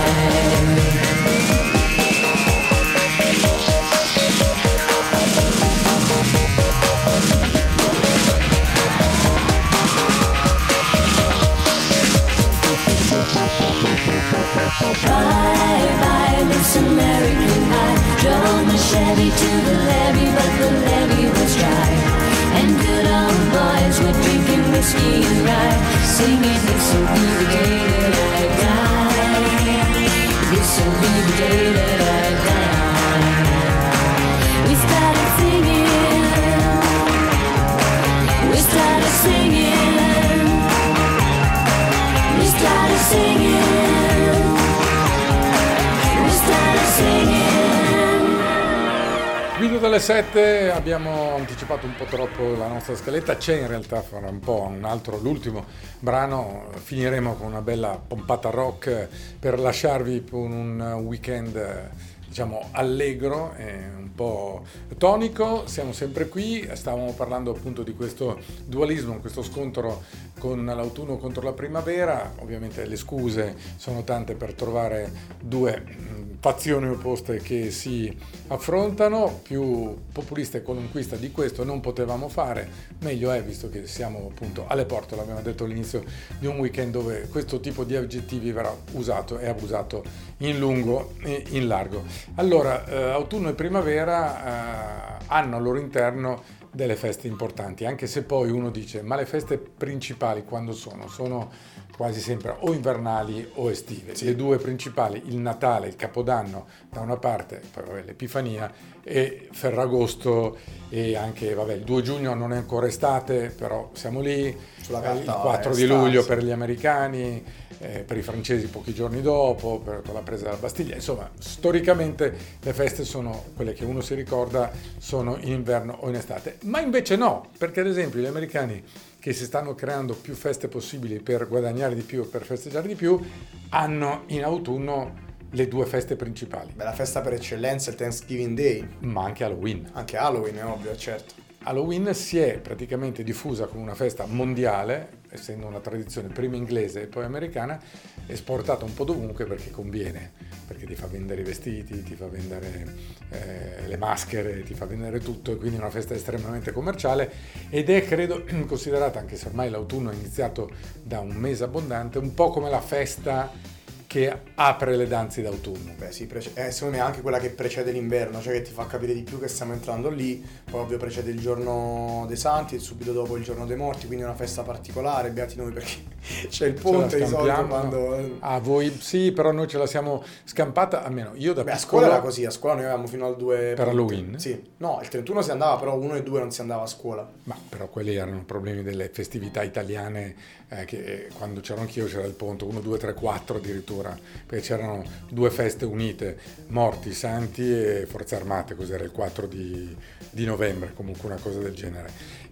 [SPEAKER 4] Bye bye Miss American Pie. Drove my Chevy to the levee, but the levee was dry, and good old boys were drinking whiskey and rye, singing this will be the day that I die. This will be the day that I die. We started singing, we started singing, we started singing.
[SPEAKER 1] Video delle 7, abbiamo anticipato un po' troppo la nostra scaletta, c'è in realtà fra un po' un altro, l'ultimo brano, finiremo con una bella pompata rock per lasciarvi con un weekend diciamo allegro e un po' tonico. Siamo sempre qui, stavamo parlando appunto di questo dualismo, questo scontro con l'autunno contro la primavera. Ovviamente le scuse sono tante per trovare due fazioni opposte che si affrontano. Più populista e qualunquista di questo non potevamo fare, meglio è, visto che siamo appunto alle porte, l'abbiamo detto all'inizio, di un weekend dove questo tipo di aggettivi verrà usato e abusato in lungo e in largo. Allora, autunno e primavera hanno al loro interno delle feste importanti, anche se poi uno dice ma le feste principali quando sono? Sono quasi sempre o invernali o estive. Sì. Le due principali, il Natale, il Capodanno da una parte, poi vabbè, l'Epifania, e Ferragosto, e anche il 2 giugno non è ancora estate, però siamo lì. Sulla carta, il 4 di luglio per gli americani, per i francesi pochi giorni dopo, con la presa della Bastiglia. Insomma, storicamente le feste sono quelle che uno si ricorda, sono in inverno o in estate. Ma invece no, perché ad esempio gli americani, che si stanno creando più feste possibili per guadagnare di più, per festeggiare di più, hanno in autunno le due feste principali.
[SPEAKER 2] Beh, la festa per eccellenza è il Thanksgiving Day.
[SPEAKER 1] Ma anche Halloween.
[SPEAKER 2] Anche Halloween, è ovvio, certo.
[SPEAKER 1] Halloween si è praticamente diffusa come una festa mondiale, essendo una tradizione prima inglese e poi americana, esportata un po' dovunque perché conviene, perché ti fa vendere i vestiti, ti fa vendere le maschere, ti fa vendere tutto, e quindi è una festa estremamente commerciale, ed è, credo, considerata, anche se ormai l'autunno è iniziato da un mese abbondante, un po' come la festa che apre le danze d'autunno.
[SPEAKER 2] Beh sì, secondo me è anche quella che precede l'inverno, cioè che ti fa capire di più che stiamo entrando lì. Poi ovvio precede il giorno dei santi e subito dopo il giorno dei morti, quindi è una festa particolare, beati noi, perché c'è il ponte di solito quando...
[SPEAKER 1] A voi sì, però noi ce la siamo scampata, almeno io da
[SPEAKER 2] piccolo...
[SPEAKER 1] a
[SPEAKER 2] scuola era così, a scuola noi avevamo fino al 2...
[SPEAKER 1] Per Halloween?
[SPEAKER 2] Sì, no, il 31 si andava, però 1 e 2 non si andava a scuola.
[SPEAKER 1] Ma però quelli erano problemi delle festività italiane, che quando c'ero anch'io c'era il ponte, 1, 2, 3, 4 addirittura, perché c'erano due feste unite, morti, santi e forze armate, cos'era il 4 di novembre, comunque una cosa del genere.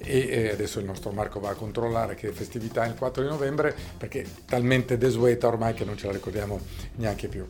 [SPEAKER 1] E adesso il nostro Marco va a controllare che festività è il 4 di novembre, perché è talmente desueta ormai che non ce la ricordiamo neanche più.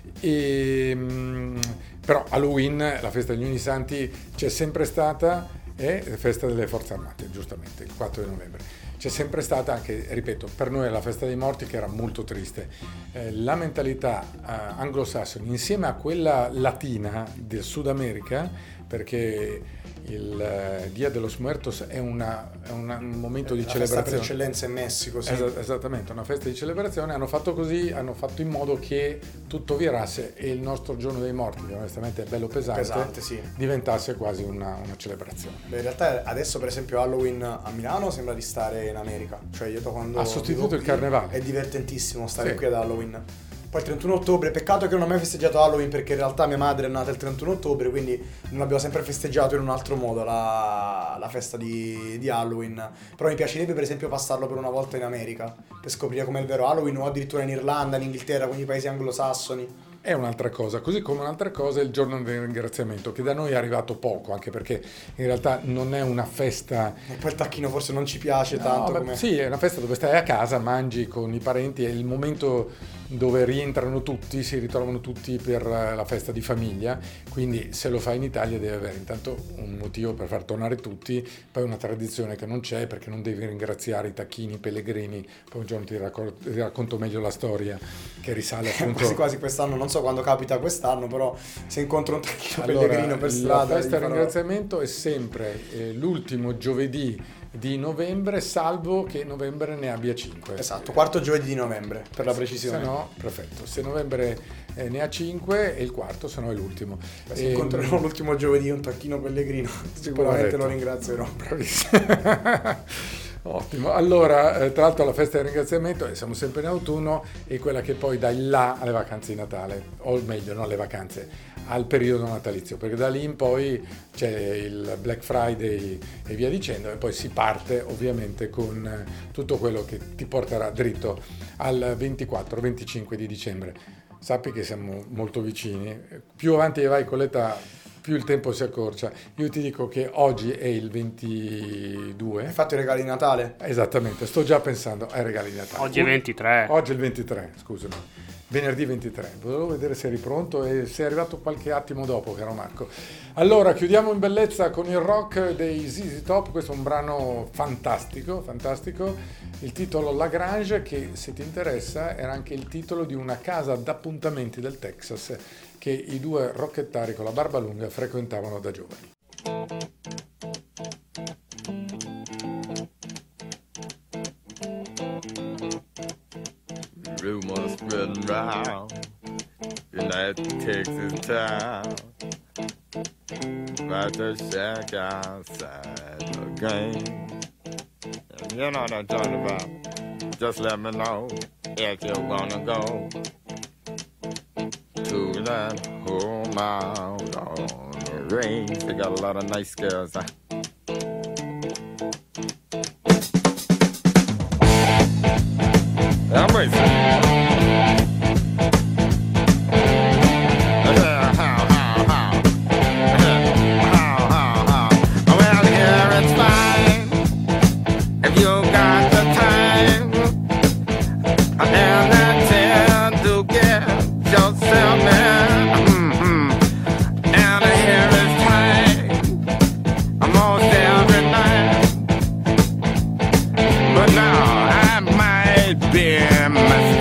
[SPEAKER 1] Però Halloween, la festa degli Unisanti, c'è sempre stata, è la festa delle forze armate, giustamente, il 4 di novembre. c'è sempre stata anche, ripeto, per noi la festa dei morti che era molto triste, la mentalità anglosassone insieme a quella latina del Sud America, perché il Dia de los Muertos è un momento di celebrazione.
[SPEAKER 2] Festa per eccellenza in Messico, sì.
[SPEAKER 1] Esattamente, una festa di celebrazione. Hanno fatto così, hanno fatto in modo che tutto virasse e il nostro giorno dei morti, che onestamente è bello pesante,
[SPEAKER 2] sì,
[SPEAKER 1] diventasse quasi una celebrazione.
[SPEAKER 2] Beh, in realtà adesso per esempio Halloween a Milano sembra di stare in America, cioè io da quando
[SPEAKER 1] ha sostituito il carnevale.
[SPEAKER 2] È divertentissimo stare qui ad Halloween. Poi il 31 ottobre, peccato che non ho mai festeggiato Halloween, perché in realtà mia madre è nata il 31 ottobre, quindi non abbiamo sempre festeggiato in un altro modo la festa di Halloween. Però mi piacerebbe per esempio passarlo per una volta in America, per scoprire com'è il vero Halloween, o addirittura in Irlanda, in Inghilterra, con i paesi anglosassoni.
[SPEAKER 1] È un'altra cosa, così come un'altra cosa è il giorno del ringraziamento, che da noi è arrivato poco, anche perché in realtà non è una festa...
[SPEAKER 2] E poi il tacchino forse non ci piace tanto. Come...
[SPEAKER 1] Sì, è una festa dove stai a casa, mangi con i parenti, è il momento dove rientrano tutti, si ritrovano tutti per la festa di famiglia, quindi se lo fai in Italia deve avere intanto un motivo per far tornare tutti, poi una tradizione che non c'è perché non devi ringraziare i tacchini, i pellegrini, poi un giorno ti racconto meglio la storia che risale appunto...
[SPEAKER 2] quasi quest'anno, non so quando capita quest'anno, però se incontro un tacchino pellegrino per strada...
[SPEAKER 1] La festa del ringraziamento è sempre l'ultimo giovedì di novembre, salvo che novembre ne abbia 5.
[SPEAKER 2] Esatto, quarto giovedì di novembre, per la precisione.
[SPEAKER 1] Se no, perfetto. Se novembre ne ha 5 è il quarto, se no è l'ultimo.
[SPEAKER 2] Se incontrerò l'ultimo giovedì un tacchino pellegrino, sicuramente lo ringrazierò.
[SPEAKER 1] Bravissimo. Ottimo. Allora, tra l'altro la festa del ringraziamento, siamo sempre in autunno, è quella che poi dà il là alle vacanze di Natale, o meglio, non alle vacanze, al periodo natalizio, perché da lì in poi c'è il Black Friday e via dicendo, e poi si parte ovviamente con tutto quello che ti porterà dritto al 24-25 di dicembre. Sappi che siamo molto vicini, più avanti vai con l'età più il tempo si accorcia. Io ti dico che oggi è il 22.
[SPEAKER 2] Hai fatto i regali di Natale?
[SPEAKER 1] Esattamente, sto già pensando ai regali di Natale.
[SPEAKER 7] Oggi è 23.
[SPEAKER 1] Oggi è il 23, scusami. Venerdì 23. Volevo vedere se eri pronto e sei arrivato qualche attimo dopo, caro Marco. Allora, chiudiamo in bellezza con il rock dei ZZ Top. Questo è un brano fantastico, fantastico. Il titolo Lagrange, che se ti interessa era anche il titolo di una casa d'appuntamenti del Texas che i due rockettari con la barba lunga frequentavano da giovani.
[SPEAKER 8] Rumors spreading round in that Texas town about the shack outside the game. And you know what I'm talking about. Just let me know if you wanna go to that home out on the range. They got a lot of nice girls. I'm racing. Well, here it's fine if you got the time and the time to get yourself in. And here it's time almost every night. But now I might be mistaken.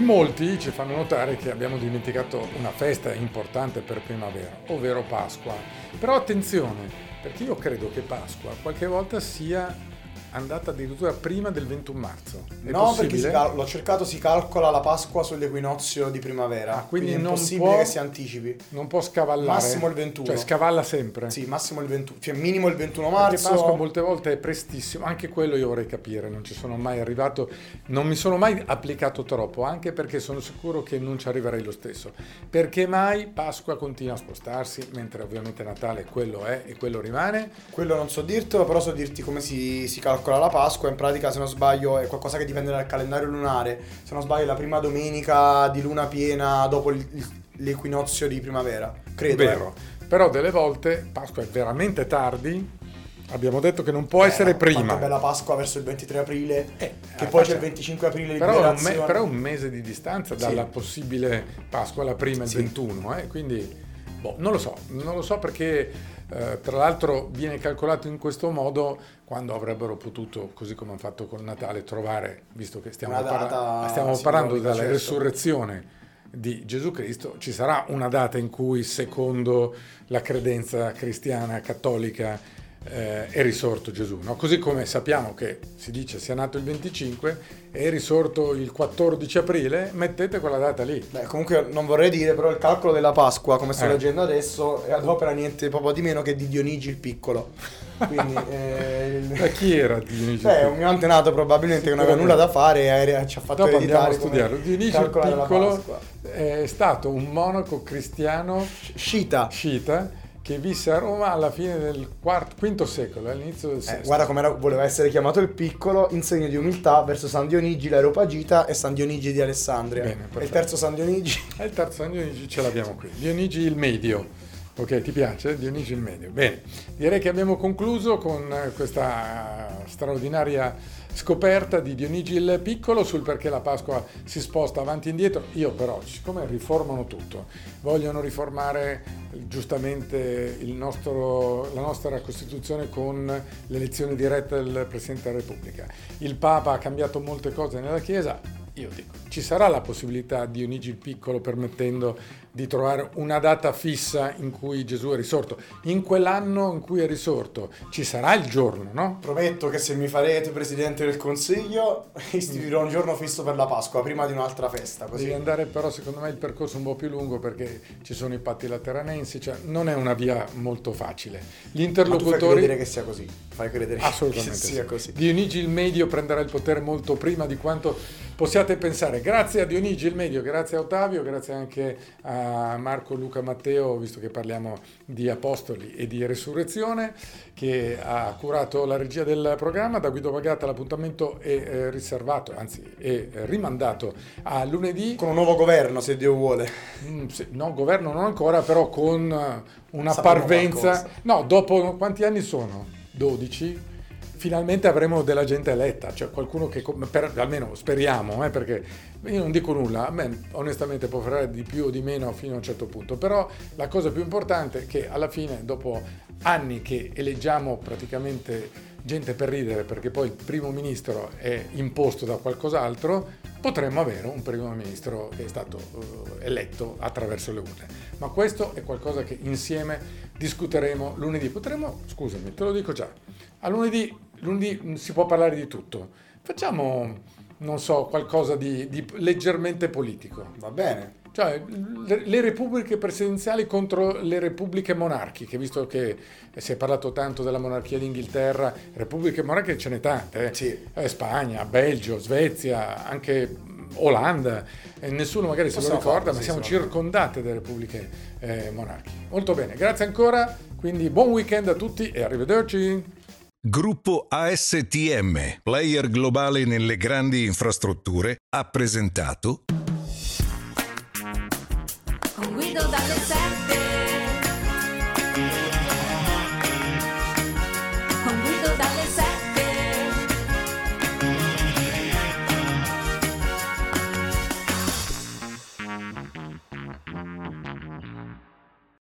[SPEAKER 1] molti ci fanno notare che abbiamo dimenticato una festa importante per primavera, ovvero Pasqua. Però attenzione, perché io credo che Pasqua qualche volta sia andata addirittura prima del 21 marzo. È
[SPEAKER 2] No,
[SPEAKER 1] possibile?
[SPEAKER 2] perché l'ho cercato, si calcola la Pasqua sull'equinozio di primavera.
[SPEAKER 1] Ah, quindi
[SPEAKER 2] è
[SPEAKER 1] non
[SPEAKER 2] impossibile
[SPEAKER 1] può-
[SPEAKER 2] che si anticipi.
[SPEAKER 1] Non può scavallare.
[SPEAKER 2] Massimo il 21.
[SPEAKER 1] Cioè scavalla sempre.
[SPEAKER 2] Sì, massimo il 21, cioè minimo il 21
[SPEAKER 1] Perché
[SPEAKER 2] marzo.
[SPEAKER 1] Pasqua molte volte è prestissimo, anche quello io vorrei capire, non ci sono mai arrivato, non mi sono mai applicato troppo, anche perché sono sicuro che non ci arriverei lo stesso. Perché mai Pasqua continua a spostarsi, mentre ovviamente Natale quello è e quello rimane?
[SPEAKER 2] Quello non so dirtelo, però so dirti come si calcola la Pasqua. In pratica, se non sbaglio, è qualcosa che dipende dal calendario lunare. Se non sbaglio, è la prima domenica di luna piena dopo l'equinozio di primavera. Credo.
[SPEAKER 1] Vero, però delle volte Pasqua è veramente tardi, abbiamo detto che non può essere prima.
[SPEAKER 2] Quanta bella Pasqua verso il 23 aprile, che poi
[SPEAKER 1] faccia-
[SPEAKER 2] c'è il 25 aprile
[SPEAKER 1] Però è,
[SPEAKER 2] liberazione.
[SPEAKER 1] però è un mese di distanza dalla
[SPEAKER 2] Sì.
[SPEAKER 1] possibile Pasqua, la prima e il
[SPEAKER 2] Sì.
[SPEAKER 1] 21, quindi non lo so perché tra l'altro viene calcolato in questo modo quando avrebbero potuto, così come hanno fatto con Natale, trovare, visto che stiamo
[SPEAKER 2] Una data
[SPEAKER 1] parlando
[SPEAKER 2] simbolica,
[SPEAKER 1] della
[SPEAKER 2] certo.
[SPEAKER 1] resurrezione di Gesù Cristo, ci sarà una data in cui, secondo la credenza cristiana cattolica, è risorto Gesù, no? Così come sappiamo che si dice sia nato il 25 e è risorto il 14 aprile, mettete quella data lì.
[SPEAKER 2] Beh, comunque non vorrei dire, però il calcolo della Pasqua, come sto leggendo adesso, è ad opera niente proprio di meno che di Dionigi il Piccolo. Quindi
[SPEAKER 1] Ma chi era Dionigi?
[SPEAKER 2] un mio antenato probabilmente che non aveva nulla da fare ci ha fatto
[SPEAKER 1] Dopo andiamo a
[SPEAKER 2] ereditare
[SPEAKER 1] studiarlo.
[SPEAKER 2] come
[SPEAKER 1] Dionigi il
[SPEAKER 2] calcolo della
[SPEAKER 1] Piccolo
[SPEAKER 2] Pasqua.
[SPEAKER 1] è stato un monaco cristiano
[SPEAKER 2] Scita.
[SPEAKER 1] sciita che visse a Roma alla fine del quinto secolo, all'inizio del sesto.
[SPEAKER 2] Guarda come voleva essere chiamato il Piccolo, in segno di umiltà verso San Dionigi l'Areopagita e San Dionigi di Alessandria.
[SPEAKER 1] Bene,
[SPEAKER 2] E il
[SPEAKER 1] perfetto.
[SPEAKER 2] terzo San Dionigi.
[SPEAKER 1] E il terzo San Dionigi ce l'abbiamo qui, Dionigi il Medio. Ok, ti piace? Dionigi il Medio. Bene, direi che abbiamo concluso con questa straordinaria scoperta di Dionigi il Piccolo sul perché la Pasqua si sposta avanti e indietro. Io però, siccome riformano tutto, vogliono riformare giustamente la nostra Costituzione con l'elezione diretta del Presidente della Repubblica. Il Papa ha cambiato molte cose nella Chiesa. Io dico, ci sarà la possibilità di Dionigi il Piccolo permettendo di trovare una data fissa in cui Gesù è risorto? In quell'anno in cui è risorto ci sarà il giorno, no?
[SPEAKER 2] Prometto che se mi farete Presidente del Consiglio istituirò un giorno fisso per la Pasqua, prima di un'altra festa. Così.
[SPEAKER 1] Devi andare però secondo me il percorso un po' più lungo perché ci sono i patti lateranensi, cioè non è una via molto facile. Gli
[SPEAKER 2] Ma tu fai
[SPEAKER 1] interlocutori...
[SPEAKER 2] credere che sia così. Fai credere
[SPEAKER 1] Assolutamente
[SPEAKER 2] che sia
[SPEAKER 1] sì.
[SPEAKER 2] così.
[SPEAKER 1] Dionigi il Medio prenderà il potere molto prima di quanto possiate pensare. Grazie a Dionigi il Medio, grazie a Ottavio, grazie anche a Marco, Luca, Matteo, visto che parliamo di apostoli e di resurrezione, che ha curato la regia del programma. Da Guido Bagata l'appuntamento è riservato, anzi è rimandato a lunedì.
[SPEAKER 2] Con un nuovo governo, se Dio vuole.
[SPEAKER 1] No, governo non ancora, però con una
[SPEAKER 2] Sapremo
[SPEAKER 1] parvenza.
[SPEAKER 2] qualcosa.
[SPEAKER 1] No, dopo quanti anni sono? 12? Finalmente avremo della gente eletta, cioè qualcuno che, almeno speriamo, perché io non dico nulla, a me onestamente può fare di più o di meno fino a un certo punto, però la cosa più importante è che alla fine, dopo anni che eleggiamo praticamente gente per ridere, perché poi il primo ministro è imposto da qualcos'altro, potremmo avere un primo ministro che è stato eletto attraverso le urne. Ma questo è qualcosa che insieme discuteremo lunedì. Scusami, te lo dico già, a lunedì si può parlare di tutto. Facciamo, non so, qualcosa di leggermente politico.
[SPEAKER 2] Va bene.
[SPEAKER 1] Cioè, le repubbliche presidenziali contro le repubbliche monarchiche, visto che si è parlato tanto della monarchia d'Inghilterra, repubbliche monarchiche ce n'è tante,
[SPEAKER 2] Sì.
[SPEAKER 1] Spagna, Belgio, Svezia, anche Olanda, nessuno magari se lo ricorda, ma siamo circondate da repubbliche monarchiche. Molto bene, grazie ancora, quindi buon weekend a tutti e arrivederci.
[SPEAKER 3] Gruppo ASTM, player globale nelle grandi infrastrutture, ha presentato